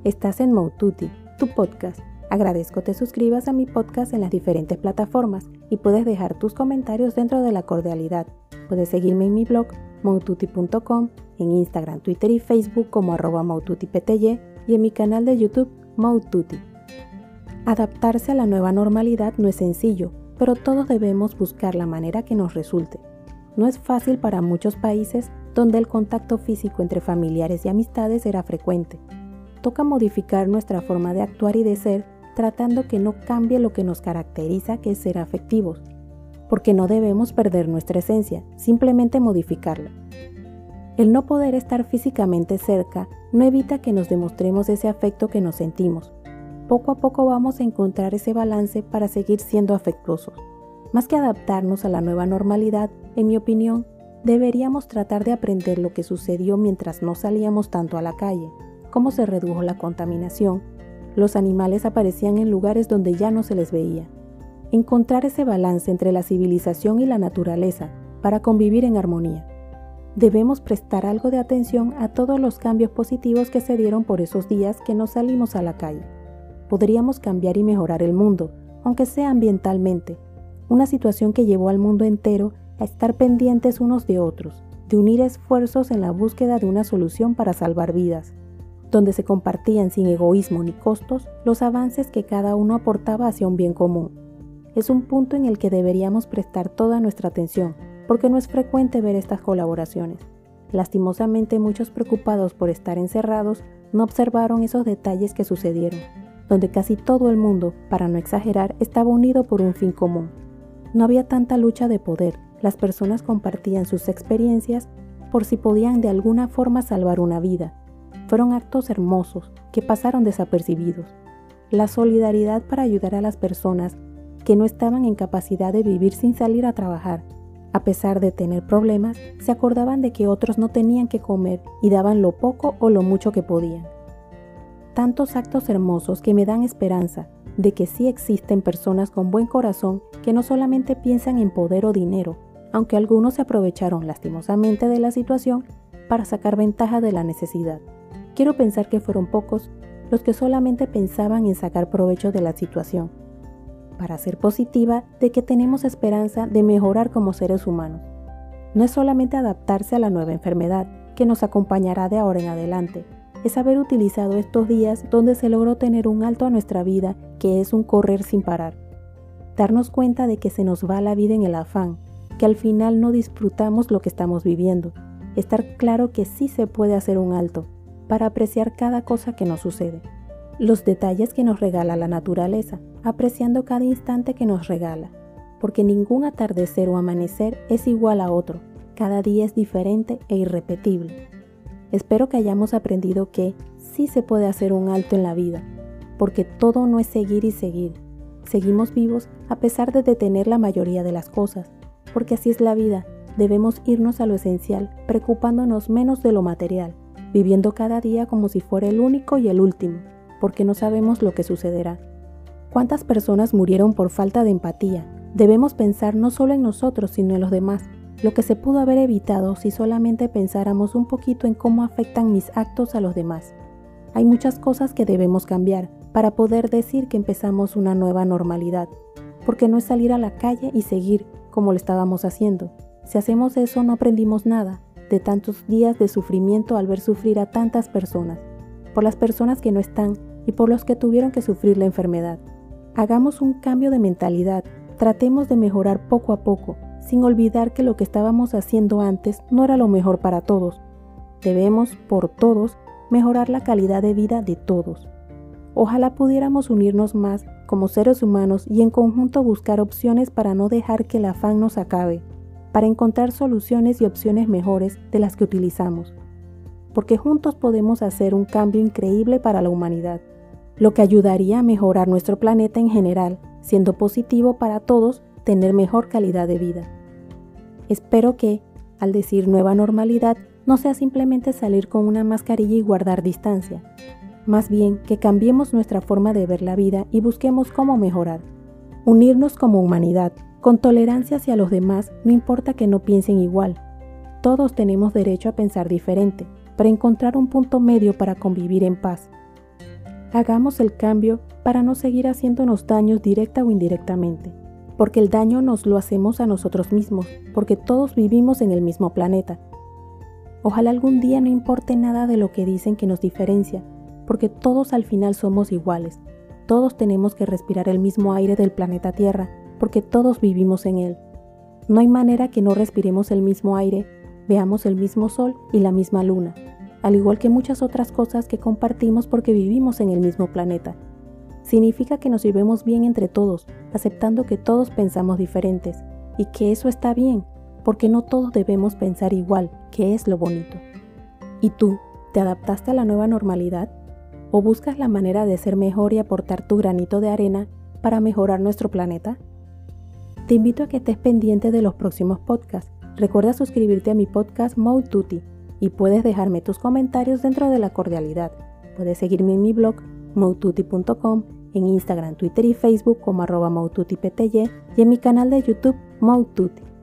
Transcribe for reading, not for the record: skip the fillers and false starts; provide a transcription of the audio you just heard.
Estás en Moututi, tu podcast. Agradezco te suscribas a mi podcast en las diferentes plataformas y puedes dejar tus comentarios dentro de la cordialidad. Puedes seguirme en mi blog moututi.com, en Instagram, Twitter y Facebook como @moututipty y en mi canal de YouTube Moututi. Adaptarse a la nueva normalidad no es sencillo, pero todos debemos buscar la manera que nos resulte. No es fácil para muchos países donde el contacto físico entre familiares y amistades era frecuente. Toca modificar nuestra forma de actuar y de ser, tratando que no cambie lo que nos caracteriza, que es ser afectivos, porque no debemos perder nuestra esencia, simplemente modificarla. El no poder estar físicamente cerca no evita que nos demostremos ese afecto que nos sentimos. Poco a poco vamos a encontrar ese balance para seguir siendo afectuosos. Más que adaptarnos a la nueva normalidad, en mi opinión, deberíamos tratar de aprender lo que sucedió mientras no salíamos tanto a la calle, cómo se redujo la contaminación, los animales aparecían en lugares donde ya no se les veía. Encontrar ese balance entre la civilización y la naturaleza para convivir en armonía. Debemos prestar algo de atención a todos los cambios positivos que se dieron por esos días que no salimos a la calle. Podríamos cambiar y mejorar el mundo, aunque sea ambientalmente, una situación que llevó al mundo entero a estar pendientes unos de otros, de unir esfuerzos en la búsqueda de una solución para salvar vidas, donde se compartían sin egoísmo ni costos los avances que cada uno aportaba hacia un bien común. Es un punto en el que deberíamos prestar toda nuestra atención, porque no es frecuente ver estas colaboraciones. Lastimosamente, muchos preocupados por estar encerrados no observaron esos detalles que sucedieron, donde casi todo el mundo, para no exagerar, estaba unido por un fin común. No había tanta lucha de poder, las personas compartían sus experiencias por si podían de alguna forma salvar una vida. Fueron actos hermosos que pasaron desapercibidos. La solidaridad para ayudar a las personas que no estaban en capacidad de vivir sin salir a trabajar. A pesar de tener problemas, se acordaban de que otros no tenían que comer y daban lo poco o lo mucho que podían. Tantos actos hermosos que me dan esperanza de que sí existen personas con buen corazón que no solamente piensan en poder o dinero, aunque algunos se aprovecharon lastimosamente de la situación para sacar ventaja de la necesidad. Quiero pensar que fueron pocos los que solamente pensaban en sacar provecho de la situación, para ser positiva de que tenemos esperanza de mejorar como seres humanos. No es solamente adaptarse a la nueva enfermedad que nos acompañará de ahora en adelante, es haber utilizado estos días donde se logró tener un alto a nuestra vida, que es un correr sin parar. Darnos cuenta de que se nos va la vida en el afán, que al final no disfrutamos lo que estamos viviendo. Estar claro que sí se puede hacer un alto, para apreciar cada cosa que nos sucede. Los detalles que nos regala la naturaleza, apreciando cada instante que nos regala, porque ningún atardecer o amanecer es igual a otro, cada día es diferente e irrepetible. Espero que hayamos aprendido que sí se puede hacer un alto en la vida, porque todo no es seguir y seguir. Seguimos vivos a pesar de detener la mayoría de las cosas, porque así es la vida. Debemos irnos a lo esencial, preocupándonos menos de lo material, viviendo cada día como si fuera el único y el último, porque no sabemos lo que sucederá. ¿Cuántas personas murieron por falta de empatía? Debemos pensar no solo en nosotros, sino en los demás. Lo que se pudo haber evitado si solamente pensáramos un poquito en cómo afectan mis actos a los demás. Hay muchas cosas que debemos cambiar para poder decir que empezamos una nueva normalidad, porque no es salir a la calle y seguir como lo estábamos haciendo. Si hacemos eso no aprendimos nada de tantos días de sufrimiento al ver sufrir a tantas personas, por las personas que no están y por los que tuvieron que sufrir la enfermedad. Hagamos un cambio de mentalidad, tratemos de mejorar poco a poco, sin olvidar que lo que estábamos haciendo antes no era lo mejor para todos. Debemos, por todos, mejorar la calidad de vida de todos. Ojalá pudiéramos unirnos más como seres humanos y en conjunto buscar opciones para no dejar que el afán nos acabe, para encontrar soluciones y opciones mejores de las que utilizamos, porque juntos podemos hacer un cambio increíble para la humanidad, lo que ayudaría a mejorar nuestro planeta en general, siendo positivo para todos tener mejor calidad de vida. Espero que, al decir nueva normalidad, no sea simplemente salir con una mascarilla y guardar distancia. Más bien, que cambiemos nuestra forma de ver la vida y busquemos cómo mejorar. Unirnos como humanidad, con tolerancia hacia los demás, no importa que no piensen igual. Todos tenemos derecho a pensar diferente, para encontrar un punto medio para convivir en paz. Hagamos el cambio para no seguir haciéndonos daños directa o indirectamente, porque el daño nos lo hacemos a nosotros mismos, porque todos vivimos en el mismo planeta. Ojalá algún día no importe nada de lo que dicen que nos diferencia, porque todos al final somos iguales. Todos tenemos que respirar el mismo aire del planeta Tierra, porque todos vivimos en él. No hay manera que no respiremos el mismo aire, veamos el mismo sol y la misma luna, al igual que muchas otras cosas que compartimos porque vivimos en el mismo planeta. Significa que nos llevemos bien entre todos, aceptando que todos pensamos diferentes, y que eso está bien, porque no todos debemos pensar igual, que es lo bonito. ¿Y tú, te adaptaste a la nueva normalidad? ¿O buscas la manera de ser mejor y aportar tu granito de arena para mejorar nuestro planeta? Te invito a que estés pendiente de los próximos podcasts. Recuerda suscribirte a mi podcast Mode Tutti y puedes dejarme tus comentarios dentro de la cordialidad. Puedes seguirme en mi blog modetutti.com, en Instagram, Twitter y Facebook como @modetuttipty y en mi canal de YouTube Mode Tutti.